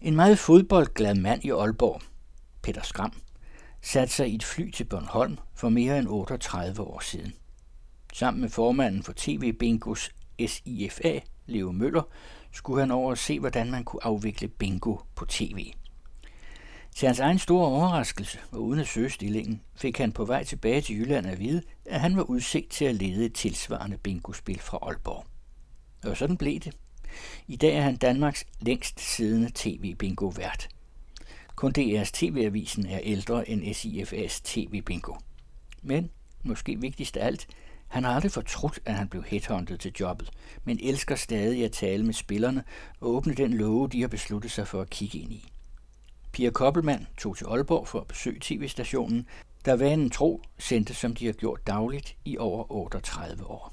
En meget fodboldglad mand i Aalborg, Peter Skram, satte sig i et fly til Bornholm for mere end 38 år siden. Sammen med formanden for TV-bingos SIFA, Leo Møller, skulle han over og se, hvordan man kunne afvikle bingo på tv. Til hans egen store overraskelse og uden at søge stillingen, fik han på vej tilbage til Jylland at vide, at han var udset til at lede et tilsvarende bingospil fra Aalborg. Og sådan blev det. I dag er han Danmarks længst siddende tv-bingo-vært. Kun DR's TV-avisen er ældre end SIFA's tv-bingo. Men, måske vigtigst af alt, han har aldrig fortrudt, at han blev headhunted til jobbet, men elsker stadig at tale med spillerne og åbne den låge, de har besluttet sig for at kigge ind i. Pia Koppelmann tog til Aalborg for at besøge tv-stationen, der vanen tro sendte, som de har gjort dagligt i over 38 år.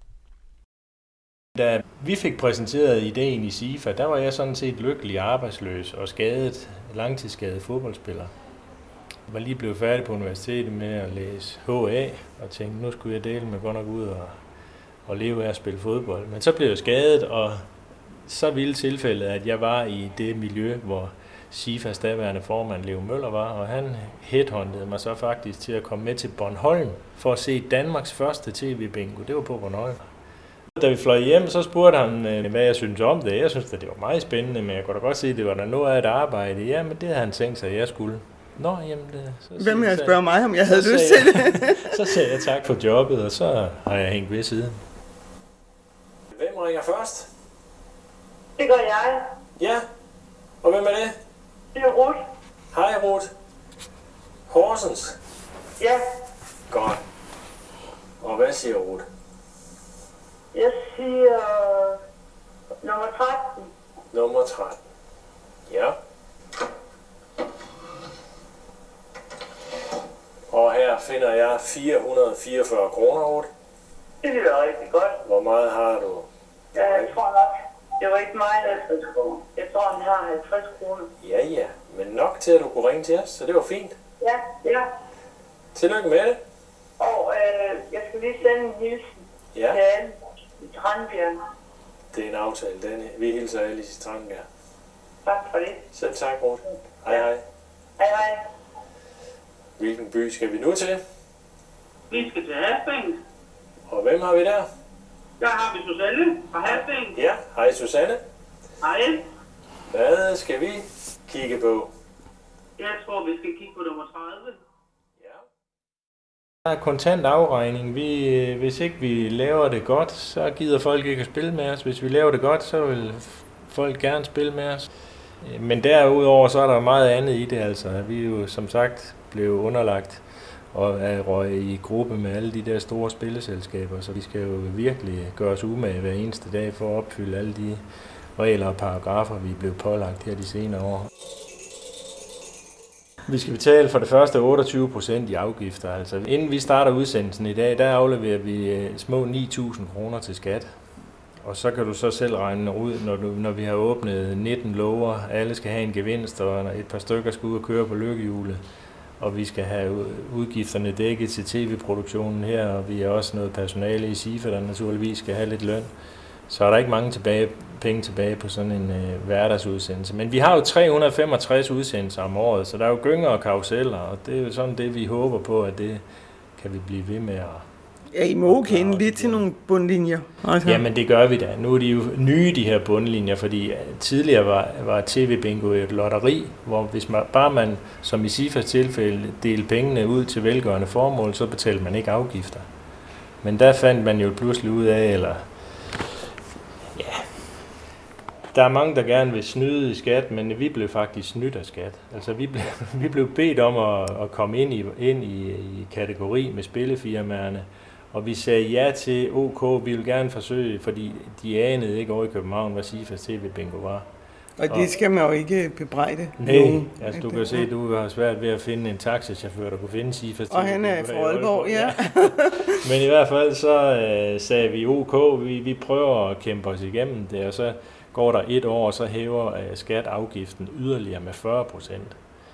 Da vi fik præsenteret ideen i SIFA, der var jeg sådan set lykkelig arbejdsløs og langtidsskadet fodboldspiller. Jeg var lige blevet færdig på universitetet med at læse HA og tænkte, nu skulle jeg dele med godt nok ud og leve af at spille fodbold. Men så blev jeg skadet, og så ville tilfældet, at jeg var i det miljø, hvor SIFAs daværende formand Leo Møller var, og han headhuntede mig så faktisk til at komme med til Bornholm for at se Danmarks første tv-bingo. Det var på Bornholm. Da vi fløj hjem, så spurgte han, hvad jeg syntes om det. Jeg syntes, at det var meget spændende, men jeg kunne da godt se, at det var der noget af et arbejde. Ja, men det havde han tænkt sig, at jeg skulle. Nå, jamen det... Hvem vil jeg spørge mig, om jeg havde lyst til det? Så sagde jeg tak for jobbet, og så har jeg hængt ved siden. Hvem ringer først? Det gør jeg. Ja, og hvem er det? Det er Ruth. Hej Ruth. Horsens? Ja. Godt. Og hvad siger Ruth? Jeg siger nummer 13. Nummer 13. Ja. Og her finder jeg 444 kroner, Ruth. Det lyder rigtig godt. Hvor meget har du? Ja, jeg tror nok. Det var ikke meget 50 kroner. Jeg tror, han har 50 kroner. Ja, men nok til, at du kunne ringe til os, så det var fint. Ja. Tillykke med det. Og jeg skal lige sende en hilsen til alle i Tranbjerg. Det er en aftale, vi hilser alle i Tranbjerg. Tak for det. Selv tak, Ruth. Hej. Hej. Hvilken by skal vi nu til? Vi skal til Hasping. Og hvem har vi der? Der har vi Susanne fra Hasping. Ja, hej Susanne. Hej. Hvad skal vi kigge på? Jeg tror, vi skal kigge på nummer 30. Der er kontant afregning. Hvis ikke vi laver det godt, så gider folk ikke at spille med os. Hvis vi laver det godt, så vil folk gerne spille med os. Men derudover så er der meget andet i det. Altså. Vi er jo som sagt blevet underlagt og er røget i gruppe med alle de der store spilleselskaber. Så vi skal jo virkelig gøre os umage hver eneste dag for at opfylde alle de regler og paragrafer, vi er blevet pålagt her de senere år. Vi skal betale for det første 28% i afgifter. Altså, inden vi starter udsendelsen i dag, der afleverer vi små 9.000 kroner til skat. Og så kan du så selv regne ud, når vi har åbnet 19 låger, alle skal have en gevinst, og et par stykker skal ud og køre på lykkehjulet. Og vi skal have udgifterne dækket til tv-produktionen her, og vi har også noget personale i SIFA, der naturligvis skal have lidt løn. Så er der ikke mange penge tilbage på sådan en hverdagsudsendelse. Men vi har jo 365 udsendelser om året, så der er jo gynger og karuseller, og det er jo sådan det, vi håber på, at det kan vi blive ved med at... Ja, I må kende lidt til nogle bundlinjer. Altså. Jamen det gør vi da. Nu er de jo nye, de her bundlinjer, fordi tidligere var tv-bingo et lotteri, hvor hvis man som i SIFAs tilfælde, delte pengene ud til velgørende formål, så betalte man ikke afgifter. Men der fandt man jo pludselig ud af, der er mange, der gerne vil snyde i skat, men vi blev faktisk snydt af skat. Altså vi blev bedt om at komme ind i kategori med spillefirmaerne, og vi sagde ja til OK, vi vil gerne forsøge, fordi de anede ikke over i København, hvad SIFAs TV-bingo var. Og det skal man jo ikke bebrejde. Nej, altså du kan se, at du har svært ved at finde en taxachauffør, der kunne finde SIFAs TV-bingo. Og han er fra Aalborg, ja. Men i hvert fald så sagde vi OK, vi prøver at kæmpe os igennem det, og så går der et år, så hæver skat afgiften yderligere med 40%.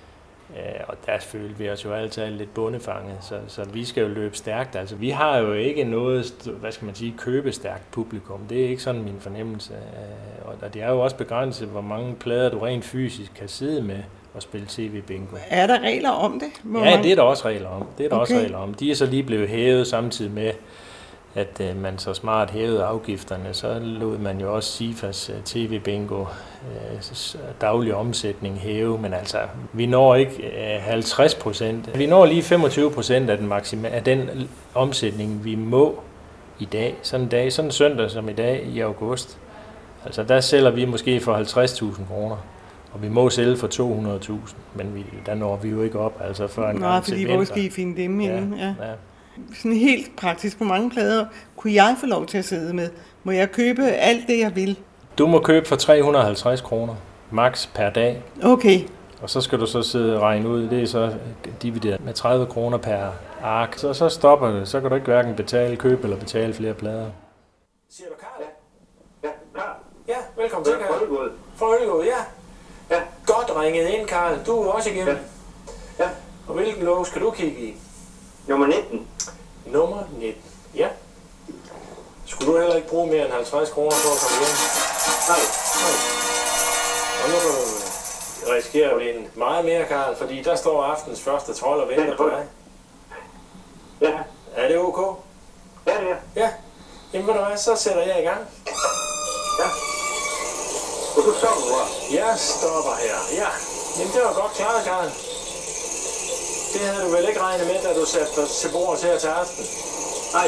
Og der følte vi os jo altid lidt bundefanget, så vi skal jo løbe stærkt. Altså, vi har jo ikke noget, købestærkt publikum. Det er ikke sådan min fornemmelse. Og det er jo også begrænset, hvor mange plader du rent fysisk kan sidde med og spille tv-bingo. Er der regler om det? Det er der også regler om. De er så lige blevet hævet samtidig med, at man så smart hævede afgifterne, så lod man jo også SIFAs tv-bingo daglig omsætning hæve, men altså, vi når ikke 50%. Vi når lige 25% af den omsætning, vi må i dag. Sådan en søndag som i dag i august. Altså, der sælger vi måske for 50.000 kroner. Og vi må sælge for 200.000, men der når vi jo ikke op, altså før en gang til vinter. Fordi hvor skal I finde dem inden? Ja. Sådan helt praktisk, hvor mange plader kunne jeg få lov til at sidde med? Må jeg købe alt det, jeg vil? Du må købe for 350 kroner, max per dag. Okay. Og så skal du så sidde og regne ud, det er så divideret med 30 kroner per ark. Så stopper det, så kan du ikke hverken købe eller betale flere plader. Siger du Karl? Ja, Karl. Ja, velkommen til, Karl. For Ølgod, ja. Ja. Godt ringet ind, Karl. Du er også igennem. Ja. Og hvilken lov skal du kigge i? Nummer 19. Nummer 19, ja. Skulle du heller ikke bruge mere end 50 kroner på at komme hjem? Nej. Og nu kan du risikere at vinde meget mere, Karl, fordi der står aftens første trold og venter på dig. Ja. Er det ok? Ja, det er. Ja. Jamen ved du hvad, så sætter jeg i gang. Ja. Og du stopper hvor? Jeg stopper her, ja. Jamen det var godt klaret, Karl. Det havde du vel ikke regnet med, da du satte dig til bordet her til aften? Nej.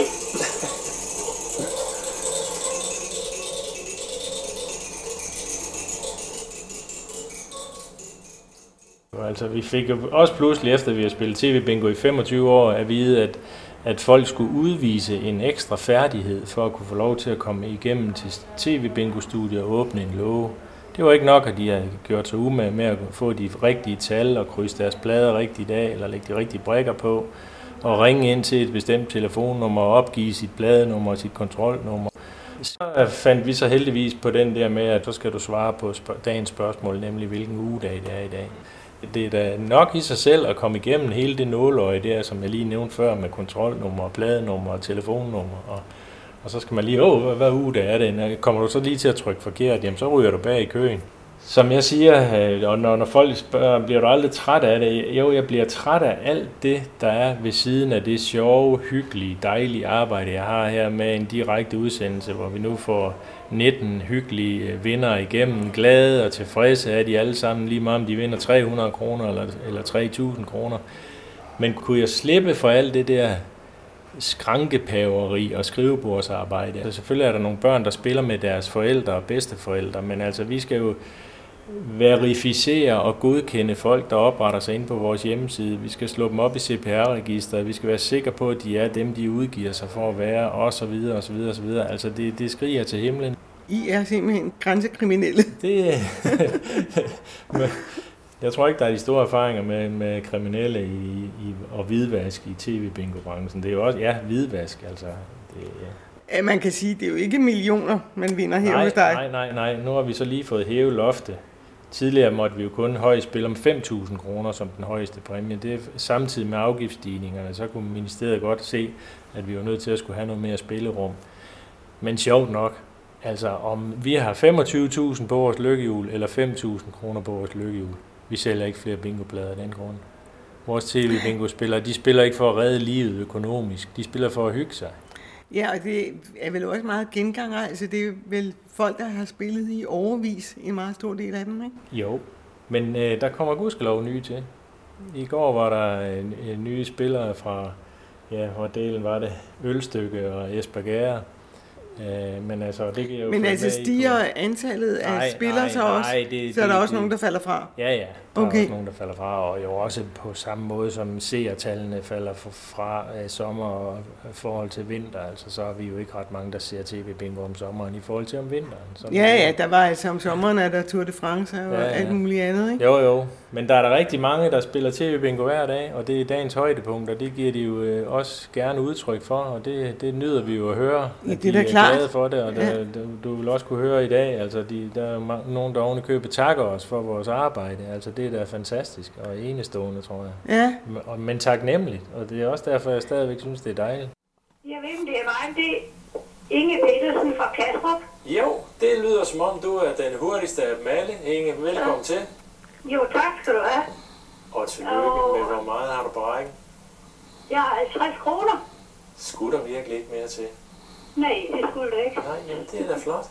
Altså, vi fik jo også pludselig, efter vi har spillet tv-bingo i 25 år, at vide, at folk skulle udvise en ekstra færdighed for at kunne få lov til at komme igennem til tv-bingo-studiet og åbne en låge. Det var ikke nok, at de havde gjort sig umage med at få de rigtige tal og krydse deres plader rigtigt af, eller lægge de rigtige brikker på, og ringe ind til et bestemt telefonnummer og opgive sit pladenummer og sit kontrolnummer. Så fandt vi så heldigvis på den der med, at så skal du svare på dagens spørgsmål, nemlig hvilken ugedag det er i dag. Det er da nok i sig selv at komme igennem hele det nåløje der, som jeg lige nævnte før, med kontrolnummer, pladenummer og telefonnummer. Og så skal man lige, hvad ugedag er det? Kommer du så lige til at trykke forkert, jamen så ryger du bag i køen. Som jeg siger, og når folk spørger, bliver du aldrig træt af det? Jo, jeg bliver træt af alt det, der er ved siden af det sjove, hyggelige, dejlige arbejde, jeg har her med en direkte udsendelse, hvor vi nu får 19 hyggelige vinder igennem. Glade og tilfredse er de alle sammen, lige meget om de vinder 300 kroner eller 3.000 kroner. Men kunne jeg slippe for alt det der skrankepaveri og skrivebordsarbejde? Altså, selvfølgelig er der nogle børn, der spiller med deres forældre og bedsteforældre, men altså vi skal jo verificere og godkende folk, der opretter sig inde på vores hjemmeside. Vi skal slå dem op i CPR-registeret. Vi skal være sikre på, at de er dem, de udgiver sig for at være, og så videre, og så videre, og så videre. Altså, det skriger til himlen. I er simpelthen grænsekriminelle. Jeg tror ikke, der er de store erfaringer med kriminelle og hvidvask i tv-bingo-branchen. Det er jo også, hvidvask, altså. Ja, man kan sige, det er jo ikke millioner, man vinder her hos dig. Nej. Nu har vi så lige fået hævet loftet. Tidligere måtte vi jo kun højst spille om 5.000 kroner som den højeste præmie. Det er samtidig med afgiftsstigningerne, så kunne ministeriet godt se, at vi var nødt til at skulle have noget mere spillerum. Men sjovt nok, altså om vi har 25.000 på vores lykkehjul, eller 5.000 kroner på vores lykkehjul, vi sælger ikke flere bingoplader af den grund. Vores tv-bingo-spillere, de spiller ikke for at redde livet økonomisk, de spiller for at hygge sig. Ja, og det er vel også meget genganger. Altså, det er vel folk, der har spillet i overvis, en meget stor del af dem, ikke? Jo, men der kommer gudskelov nye til. I går var der nye spillere fra, hvor delen var det, Ølstykke og Espergærde. Men altså, det kan jo. Men altså stiger antallet af spillere så også? Så er der også nogen, der falder fra? Ja, der er også nogen, der falder fra, og jo også på samme måde som seertallene falder fra sommer og forhold til vinter. Altså, så har vi jo ikke ret mange, der ser tv-bingo om sommeren i forhold til om vinteren. Ja, der var altså om sommeren, er der Tour de France og alt muligt andet, ikke? Jo, Men der er der rigtig mange, der spiller tv-bingo hver dag, og det er dagens højdepunkt, og det giver de jo også gerne udtryk for, og det nyder vi jo at høre, at det de er klart. glade for det, og du vil også kunne høre i dag, altså der er nogen, der oven i købet takker os for vores arbejde, altså det er da fantastisk og enestående, tror jeg. Ja. Men taknemmeligt, og det er også derfor, jeg stadigvæk synes, det er dejligt. Jeg ved, om det er mig, det er Inge Petersen fra Kastrup. Jo, det lyder som om, du er den hurtigste af dem alle. Inge, velkommen til. Jo, tak skal du have. Og tillykke med, hvor meget har du på rækken? Jeg har 50 kroner. Skulle der virkelig ikke mere til? Nej, det skulle det ikke. Nej, jamen det er da flot.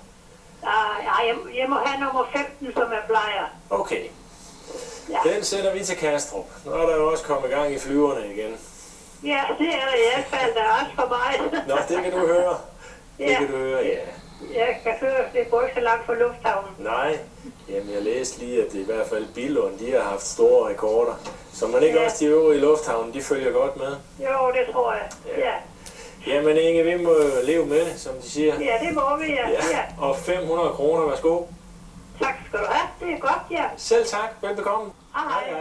Jeg må have nummer 15, som er blejer. Okay. Ja. Den sætter vi til Kastrup. Nu er der jo også kommet gang i flyverne igen. Ja, det er der i hvert fald, der er også for mig. Nå, det kan du høre. Det Ja. kan du høre, ja. Jeg kan høre, det går ikke så langt fra lufthavnen. Nej, jamen jeg læste lige, at det i hvert fald Billund, de har haft store rekorder. Så man ikke også de øvrige i lufthavnen, de følger godt med. Jo, det tror jeg. Ja. Jamen Inge, vi må leve med det, som de siger. Ja, det må vi, ja. Og 500 kroner, værsgo. Tak skal du have. Det er godt, ja. Selv tak. Velbekomme. Hej.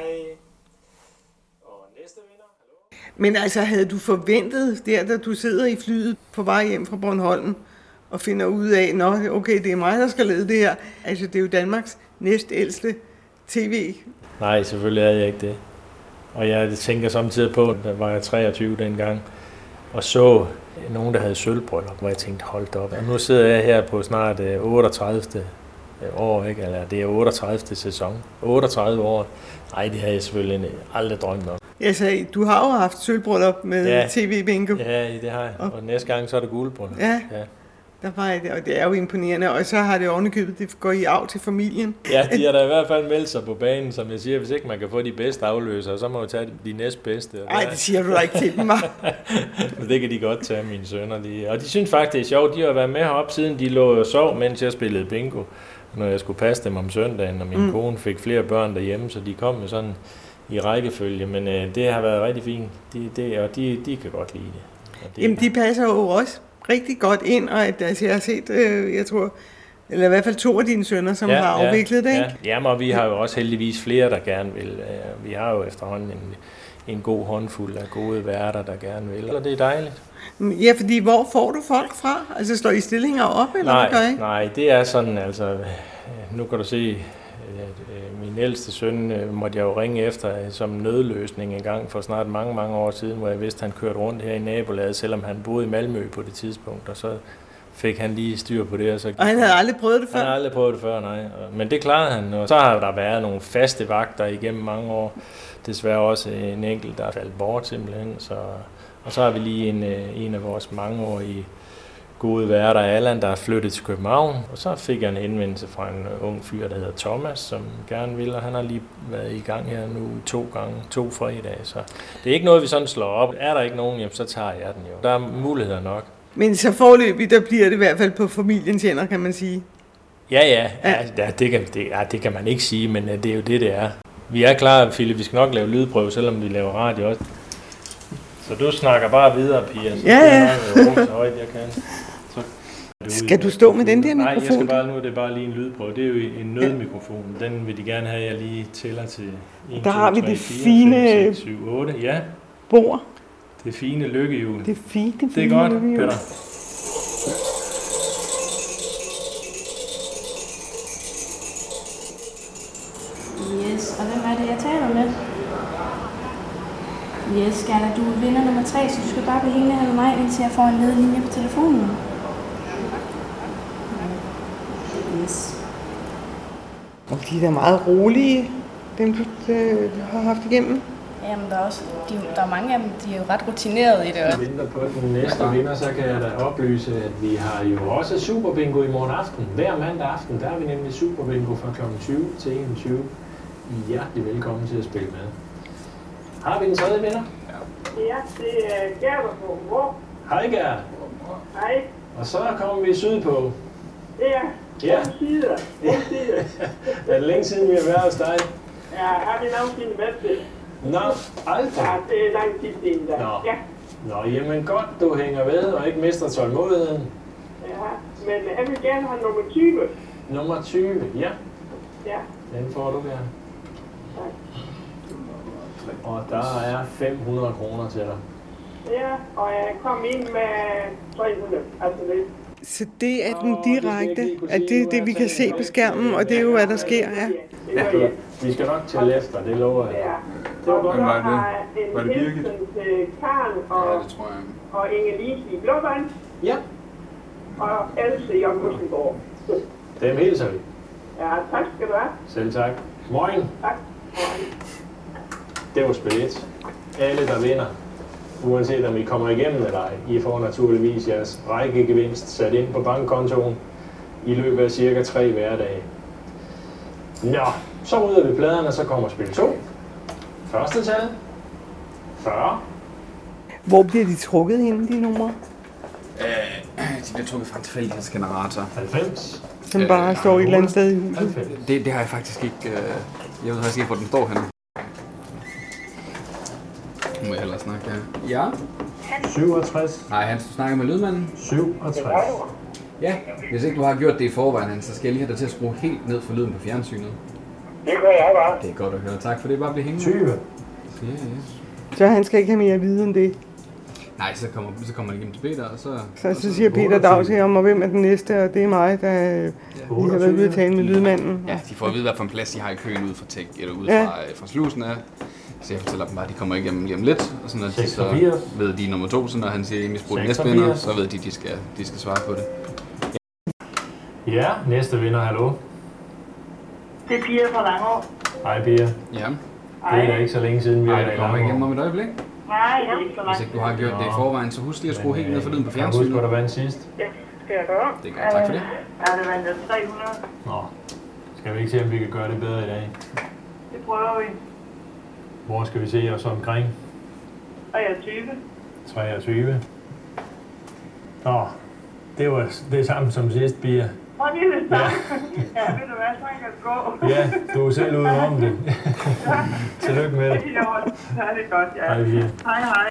Og næste vinder. Hallo. Men altså, havde du forventet der, da du sidder i flyet på vej hjem fra Bornholm, og finder ud af, nå, okay, det er mig, der skal lede det her. Altså, det er jo Danmarks næstældste tv. Nej, selvfølgelig havde jeg ikke det. Og jeg tænker samtidig på, da var jeg 23 dengang, og så nogen, der havde sølvbryllup, hvor jeg tænkte, hold op. Og nu sidder jeg her på snart 38. år, ikke? Eller det er 38. sæson. 38 år. Nej, det havde jeg selvfølgelig aldrig drømt om. Altså, du har jo haft sølvbryllup med tv-bingo. Ja, det har jeg. Og næste gang, så er det guldbryllup. Ja. Der var det, og det er jo imponerende. Og så har det ovenikøbet, det går i arv til familien. Ja, de har da i hvert fald meldt sig på banen, som jeg siger. Hvis ikke man kan få de bedste afløsere, så må man tage de næstbedste. Nej, det siger du da ikke til dem, hva'? Men det kan de godt tage, mine sønner lige. Og de synes faktisk, det er sjovt. De har været med heroppe, siden de lå og sov, mens jeg spillede bingo. Når jeg skulle passe dem om søndagen, og min kone fik flere børn derhjemme, så de kom jo sådan i rækkefølge. Men det har været rigtig fint, de kan godt lide det. Jamen, de passer jo også rigtig godt ind, og altså, jeg har set, jeg tror, eller i hvert fald 2 af dine sønner, som har afviklet det, ikke? Ja. Jamen, og vi har jo også heldigvis flere, der gerne vil. Vi har jo efterhånden en god håndfuld af gode værter, der gerne vil, og det er dejligt. Ja, fordi hvor får du folk fra? Altså, står I stillinger op, eller hvad gør I? Nej, det er sådan, altså, nu kan du se, min ældste søn måtte jeg jo ringe efter som nødløsning en gang for snart mange år siden, hvor jeg vidste, at han kørte rundt her i nabolaget, selvom han boede i Malmø på det tidspunkt, og så fik han lige styr på det. Og han havde aldrig prøvet det før? Han havde aldrig prøvet det før, nej. Men det klarede han, og så har der været nogle faste vagter igennem mange år. Desværre også en enkelt, der er faldet bort simpelthen. Og så har vi lige en af vores mangeårige gode værter, Allan, der er flyttet til København. Og så fik jeg en henvendelse fra en ung fyr, der hedder Thomas, som gerne vil, og han har lige været i gang her nu 2 fredage. Så det er ikke noget, vi sådan slår op. Er der ikke nogen, jamen, så tager jeg den jo. Der er muligheder nok. Men så foreløbig, der bliver det i hvert fald på familiens hænder, kan man sige. Ja, det kan man ikke sige, men det er jo det er. Vi er klar, Philip, vi skal nok lave lydprøve, selvom vi laver radio også. Så du snakker bare videre, Pia. Så ja. Så højt jeg kan. Skal du stå med den der mikrofon? Nej, jeg skal bare, nu er det bare lige en lydprøve. Det er jo en nødmikrofon. Den vil de gerne have, jeg lige tæller til 1, der 2, har 3, vi det 4, fine 5, 6, 7, 8. Ja. Bord. Det fine lykkehjul. Det fine det er godt, Peter. Yes, og hvem er det, jeg taler med? Yes, Gerda, du er vinder nummer 3, så du skal bare blive hængende her med mig, indtil jeg får en ledig linje på telefonen. Yes. Og de er da meget rolige, dem du har haft igennem. Jamen, der er mange af dem, de er jo ret rutinerede i det. Jeg venter på den næste vinder, så kan jeg da oplyse, at vi har jo også Superbingo i morgen aften. Hver mandag aften, der har vi nemlig Superbingo fra kl. 20 til 21. I er hjertelig velkommen til at spille med. Har vi den tredje vinder? Ja, det er Gerda på Hvor. Hej Gerda. Hej. Og så kommer vi sydpå. Ja. Sider. Er det længe siden, vi har været hos dig? Ja, har vi nogensinde været det? Nå, aldrig. Ja, det er lang tid siden da. Nå, jamen godt, du hænger ved og ikke mister tålmodigheden. Ja, men jeg vil gerne have nummer 20. Nummer 20, ja. Ja. Den får du gerne. Og der er 500 kroner til dig. Ja, og jeg kom ind med 300, altså det. Så det er den direkte, at det er det, vi kan se på skærmen, og det er jo, hvad der sker, ja. Ja. Vi skal nok tælle efter, det lover jeg. Ja. Det var godt. Og Var så det- har var en det Birgit? hilsen til Karl Ja, det tror jeg. og Inge-Lise i Blåvand Ja, og Else i Augustengård. dem hilser vi. Ja, tak skal du have. Selv tak. Morgen. Tak. Det var spil 1. Alle, der vinder, uanset om I kommer igennem eller ej, I får naturligvis jeres rækkegevinst sat ind på bankkontoen i løbet af cirka 3 hverdage. Nå, så rydder vi pladerne, så kommer spil 2. Første tal. 40. Hvor bliver de trukket henne, de numre? De bliver trukket fra en tilfældighedsgenerator. 90. Som bare står et eller andet sted i huset? 90. Det har jeg faktisk ikke... Jeg ved faktisk ikke, hvor den står henne. Nu må jeg hellere snakke her. Ja? 67. Nej, Hans, du snakker med lydmanden. 67. Ja, hvis ikke du har gjort det i forvejen, Hans, så skal jeg lige have dig til at skrue helt ned for lyden på fjernsynet. Det gør jeg bare. Det er godt at høre. Tak for det. Bare bliv hængende. 20. Ja, ja. Så han skal ikke have mere at vide end det. Nej, så kommer han igennem til Peter, og så... Så siger Peter Dag til ham, og hvem er den næste, og det er mig, der lige har været ude at tale med lydmanden. Ja, de får at vide, hvad for en plads de har i køen ud fra tech, eller ud fra slusen af. Så jeg fortæller dem bare, at de kommer igennem lige om lidt, og sådan at de så 86. ved de nummer 2, så når han siger, at misbrug den næste 86. vinder, så ved de skal svare på det. Ja, næste vinder, hallo. Det er Pia fra Langå. Hej, Pia. Ja. Det er da ikke så længe siden, vi Nej, har du kommer igennem om et øjeblik. Nej, det er ikke så Hvis langt. ikke du har gjort det i forvejen, så husk lige at skrue helt ned for lyden på Kan du huske, fjernsynet. hvad der vandt sidst? Det skal jeg gøre. Det er godt, tak for det. Ja, det vandt 300. Nå, skal vi ikke se, om vi kan gøre det bedre i dag? Det prøver vi. Hvor skal vi se os omkring? 23. 23. Nå, det var det samme som sidst, Pia. Og det er det samme. Ja, ved du hvad, så kan jeg gå. Ja, du er selv ude om det. Tillykke med det. Ja, det er godt, ja. Hej, Pia. Hej, hej.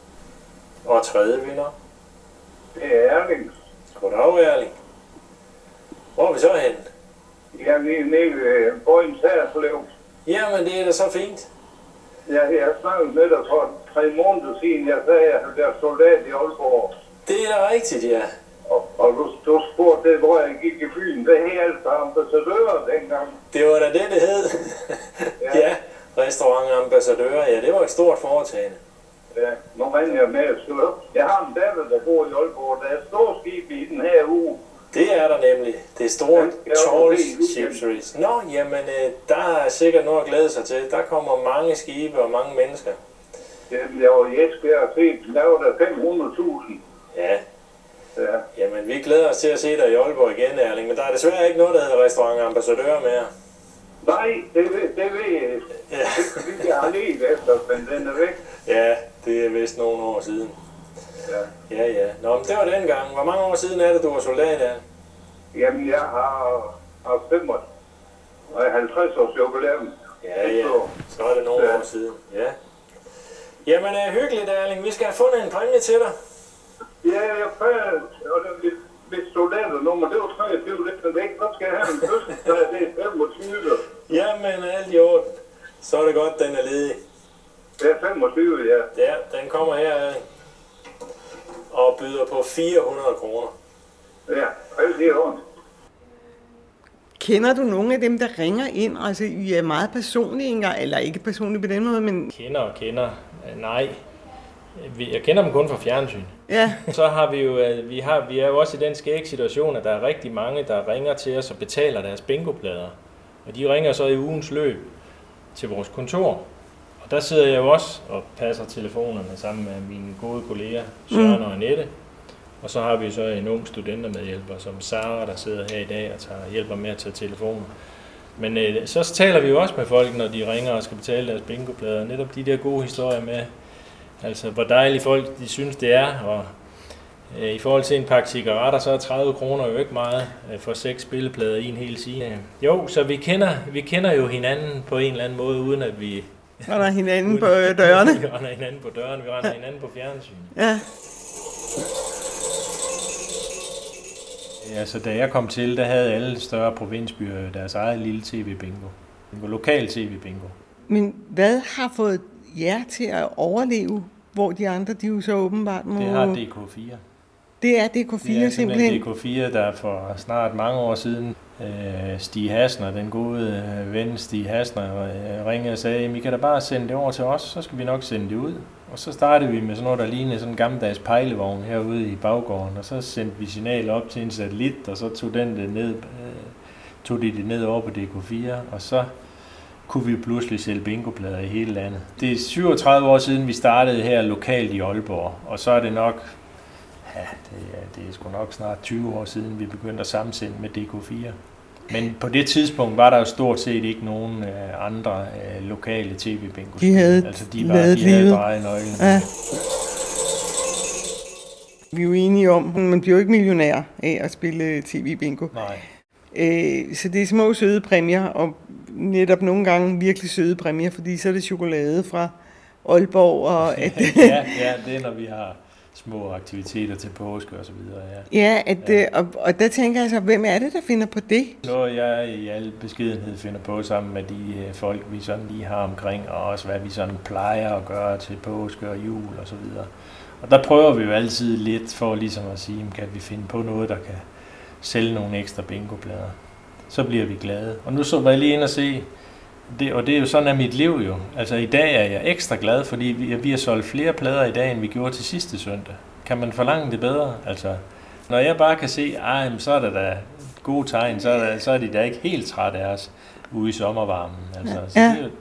Og tredje vinder. Det er Erling. Goddag, Erling. Hvor er vi så henne? Ja, vi er nede ved Bøjens Herreslev. Jamen, det er da så fint. Ja, jeg snakkede med dig for 3 måneder siden. Jeg sagde, at jeg er soldat i Aalborg. Det er da rigtigt, ja. Og du spurgte det, hvor jeg gik i byen. Det her altså ambassadører dengang. Det var da det hed. Ja, restaurantambassadør. Ja, det var et stort foretagende. Ja, nu ringer jeg med at skrive. Jeg har en datter, der bor i Aalborg. Der er stor skib i den her uge. Det er der nemlig. Det er store Charles Shipseries. Nå, jamen, der er sikkert noget at glæde sig til. Der kommer mange skibe og mange mennesker. Jamen, jeg var i Esbjerg og set, der var der 500.000. Ja. Ja. Jamen, vi glæder os til at se dig i Aalborg igen, Erling. Men der er desværre ikke noget, der hedder restaurantambassadør mere. Nej, det ved jeg ikke. Ja. Det jeg har let efter, men den er væk. Ja, det er vist nogle år siden. Ja. Ja. Nå, men det var den gang. Hvor mange år siden er det, du var soldat her? Jamen, jeg har 50 års jubilæum. Ja. Så er det nogle år siden. Ja. Jamen, hyggeligt, Erling. Vi skal have fundet en præmie til dig. Ja, jeg prøver, og mit soldaternummer, det var 23, det er væk. Så skal jeg have en fødselsdag, det er 25. Jamen, alt i orden. Så er det godt, den er ledig. Det er 25, ja. Ja, den kommer her, Erling. Og byder på 400 kroner. Ja, alt det er ordentligt. Kender du nogle af dem, der ringer ind? Altså, I er meget personlige engang, eller ikke personlige på den måde, men... Kender. Nej. Jeg kender dem kun fra fjernsyn. Ja. Så har vi jo, vi er jo også i den skæg situation, at der er rigtig mange, der ringer til os og betaler deres bingoplader. Og de ringer så i ugens løb til vores kontor. Og der sidder jeg jo også og passer telefonerne sammen med mine gode kolleger, Søren og Annette. Og så har vi så en ung studentermedhjælper, som Sara, der sidder her i dag og hjælper med at tage telefonen. Men så taler vi jo også med folk, når de ringer og skal betale deres bingoplader. Netop de der gode historier med, altså hvor dejlige folk de synes det er. Og i forhold til en pakke cigaretter, så er 30 kroner jo ikke meget for 6 spilleplader i en hel side. Jo, så vi kender jo hinanden på en eller anden måde, uden at vi... Render hinanden på dørene. Vi render hinanden på dørene, vi render hinanden på fjernsyn. Ja. Altså, da jeg kom til, der havde alle større provinsbyer deres eget lille tv-bingo. Lokal tv-bingo. Men hvad har fået jer til at overleve, hvor de andre, de jo så åbenbart må... Det har DK4. Det er DK4 det er simpelthen? DK4, der for snart mange år siden, Stig Hasner, den gode ven Stig Hasner, ringede og sagde, I kan da bare sende det over til os, så skal vi nok sende det ud. Og så startede vi med sådan noget, der lignede sådan en gammeldags pejlevogn herude i baggården, og så sendte vi signal op til en satellit, og så tog de det ned over på DK4, og så kunne vi pludselig sælge bingoplader i hele landet. Det er 37 år siden, vi startede her lokalt i Aalborg, og så er det nok, det er sgu nok snart 20 år siden, vi begyndte at sammensende med DK4. Men på det tidspunkt var der jo stort set ikke nogen andre lokale tv-bingo. De havde drejet nøglen. Ja. Vi er jo enige om, at man bliver jo ikke millionær af at spille tv-bingo. Nej. Så det er små søde præmier, og netop nogle gange virkelig søde præmier, fordi så er det chokolade fra Aalborg. Og ja, det er, når vi har små aktiviteter til påske og så videre. Og der tænker jeg så, hvem er det, der finder på det? Noget jeg i al beskedenhed finder på sammen med de folk, vi sådan lige har omkring, og også hvad vi sådan plejer at gøre til påske og jul og så videre. Og der prøver vi jo altid lidt for ligesom at sige, kan vi finde på noget, der kan sælge nogle ekstra bingoplader. Så bliver vi glade. Og nu så var jeg lige ind og se, og det er jo sådan af mit liv jo. Altså i dag er jeg ekstra glad, fordi vi har solgt flere plader i dag, end vi gjorde til sidste søndag. Kan man forlange det bedre? Altså, når jeg bare kan se, så er der da gode tegn, så er de da ikke helt trætte af os ude i sommervarmen. Altså, så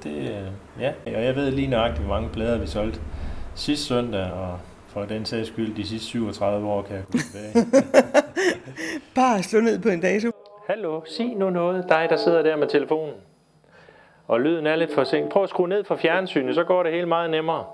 og jeg ved lige nøjagtigt, hvor mange plader vi solgte sidste søndag, og for den sags skyld, de sidste 37 år kan jeg gå tilbage. Bare slå ned på en dato. Hallo, sig nu noget, dig der sidder der med telefonen. Og lyden er lidt for sent. Prøv at skrue ned for fjernsynet, så går det helt meget nemmere.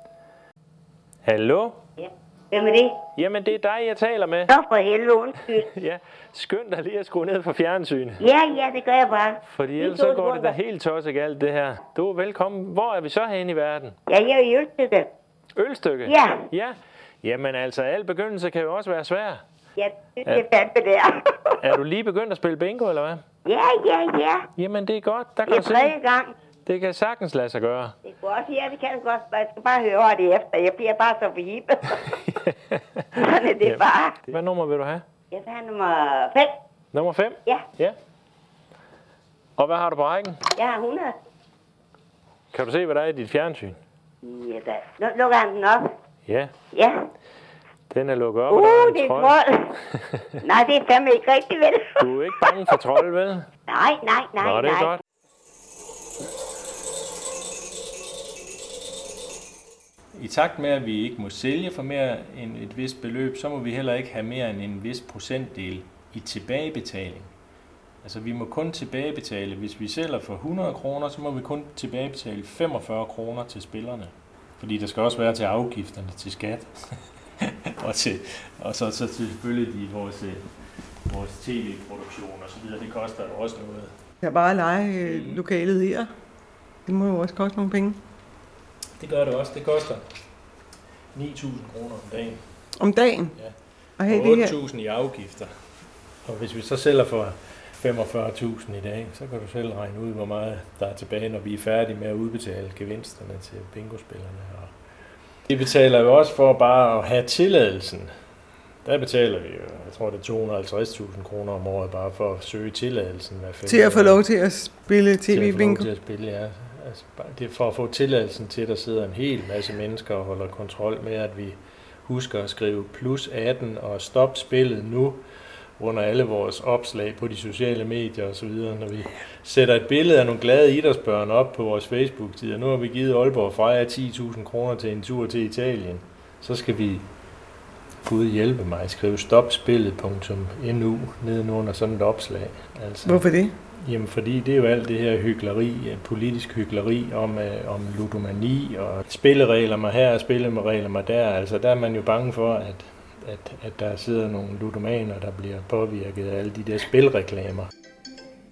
Hallo? Ja, hvem er det? Jamen, det er dig, jeg taler med. Så for helvede, undskyld. Ja, skynd dig lige at skrue ned for fjernsynet. Ja, det gør jeg bare. Fordi ellers så går det da helt tosset galt, det her. Du er velkommen. Hvor er vi så henne i verden? Ja, jeg er i Ølstykke. Ølstykke? Ja. Ja. Jamen altså, al begyndelse kan jo også være svær. Ja, det er fandme der. Er du lige begyndt at spille bingo, eller hvad? Ja. Jamen, det er godt. Der kan det er tredje gang. Det kan sagtens lade sig gøre. Det går også, det kan det godt. Jeg skal bare høre det efter. Jeg bliver bare så forhippet. Sådan er det bare. Hvad nummer vil du have? Jeg vil have nummer 5. Nummer 5? Ja. Og hvad har du på rækken? Jeg har 100. Kan du se, hvad der er i dit fjernsyn? Ja da. Lukker han den op? Ja. Ja. Den er lukket op, det er trold. Nej, det er fandme ikke rigtigt, vel? Du er ikke bange for trold, vel? Nej. Nå, det er godt. I takt med, at vi ikke må sælge for mere end et vist beløb, så må vi heller ikke have mere end en vis procentdel i tilbagebetaling. Altså vi må kun tilbagebetale, hvis vi sælger for 100 kroner, så må vi kun tilbagebetale 45 kroner til spillerne. Fordi der skal også være til afgifterne til skat. og så selvfølgelig vores tv-produktion og så videre, det koster jo også noget. Jeg bare lege lokalet her. Det må jo også koste nogle penge. Det gør det også. Det koster 9.000 kroner om dagen. Om dagen? Ja. Og 8.000 i afgifter. Og hvis vi så sælger for 45.000 i dag, så kan du selv regne ud, hvor meget der er tilbage, når vi er færdige med at udbetale gevinsterne til bingospillerne. Og vi betaler jo også for bare at have tilladelsen. Der betaler vi jo, jeg tror det er 250.000 kroner om året, bare for at søge tilladelsen. Til at få lov til at spille tv-bingo? Til at spille, ja. Altså, det er for at få tilladelsen til, at der sidder en hel masse mennesker og holder kontrol med, at vi husker at skrive plus 18 og stop spillet nu under alle vores opslag på de sociale medier osv. Når vi sætter et billede af nogle glade idrætsbørn op på vores Facebook-side, nu har vi givet Aalborg Freja 10.000 kroner til en tur til Italien, så skal vi, Gud hjælpe mig, skrive stopspillet.nu nedenunder sådan et opslag. Altså, hvorfor det? Jamen fordi det er jo alt det her hykleri, politisk hykleri om ludomani og spilleregler mig her og spilleregler mig der. Altså der er man jo bange for, at der sidder nogle ludomaner, der bliver påvirket af alle de der spilreklamer.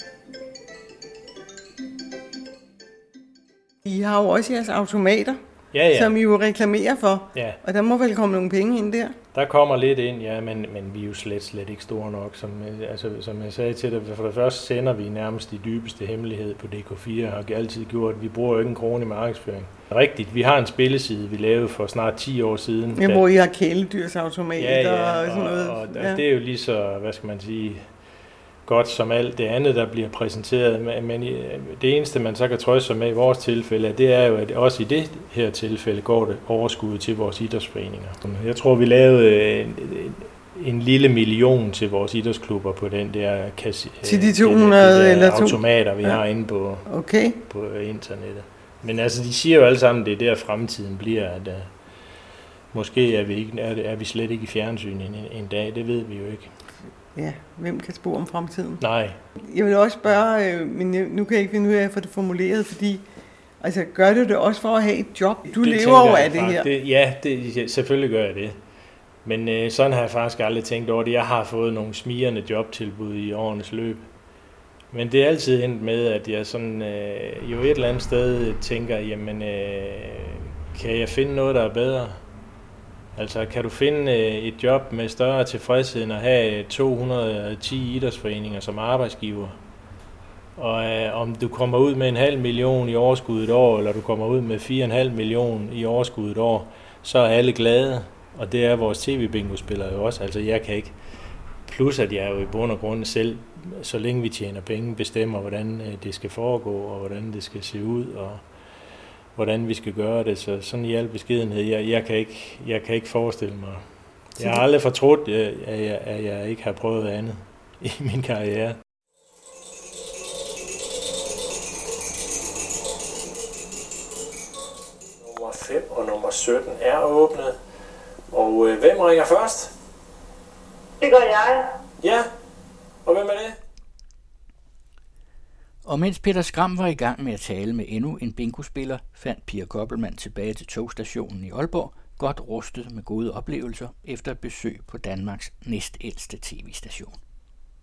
I har jo også jeres automater. som I jo reklamerer for. Ja. Og der må vel komme nogle penge ind der? Der kommer lidt ind, ja, men vi er jo slet ikke store nok. Som jeg sagde til dig, for det første sender vi nærmest de dybeste hemmelighed på DK4, og har altid gjort, vi bruger jo ikke en krone i markedsføring. Rigtigt, vi har en spilleside, vi lavede for snart 10 år siden. Ja, hvor I har kæledyrsautomater og sådan noget. Og det er jo lige så, hvad skal man sige, godt som alt det andet, der bliver præsenteret. Men det eneste, man så kan trøste sig med i vores tilfælde, det er jo, at også i det her tilfælde går det overskud til vores idrætsforeninger. Jeg tror, vi lavede en lille million til vores idrætsklubber på den der til de 200 eller automater, vi har inde på internettet. Men altså, de siger jo alle sammen, at det er der fremtiden bliver, at måske er vi slet ikke i fjernsyn en dag, det ved vi jo ikke. Ja, hvem kan spå om fremtiden? Nej. Jeg vil også spørge, men nu kan jeg ikke finde ud af at få det formuleret, fordi altså, gør du det også for at have et job? Du lever jo af det her. Selvfølgelig gør jeg det. Men sådan har jeg faktisk aldrig tænkt over det. Jeg har fået nogle smirrende jobtilbud i årenes løb. Men det er altid endt med, at jeg sådan, jo et eller andet sted tænker, jamen, kan jeg finde noget, der er bedre? Altså, kan du finde et job med større tilfredshed end at have 210 idrætsforeninger som arbejdsgiver? Og om du kommer ud med 500.000 i overskud et år, eller du kommer ud med 4,5 millioner i overskud et år, så er alle glade. Og det er vores tv-bingo-spillere jo også. Altså, jeg kan ikke. Plus, at jeg jo i bund og grund selv, så længe vi tjener penge, bestemmer, hvordan det skal foregå, og hvordan det skal se ud, og hvordan vi skal gøre det. Så sådan i al beskedenhed, jeg kan ikke forestille mig. Jeg har aldrig fortrudt, at jeg ikke har prøvet andet i min karriere. Nummer 5 og nummer 17 er åbnet. Og hvem ringer først? Det gør jeg. Ja, og hvem er det? Og mens Peter Skram var i gang med at tale med endnu en bingospiller, fandt Pia Koppelmann tilbage til togstationen i Aalborg, godt rustet med gode oplevelser efter et besøg på Danmarks næstældste tv-station.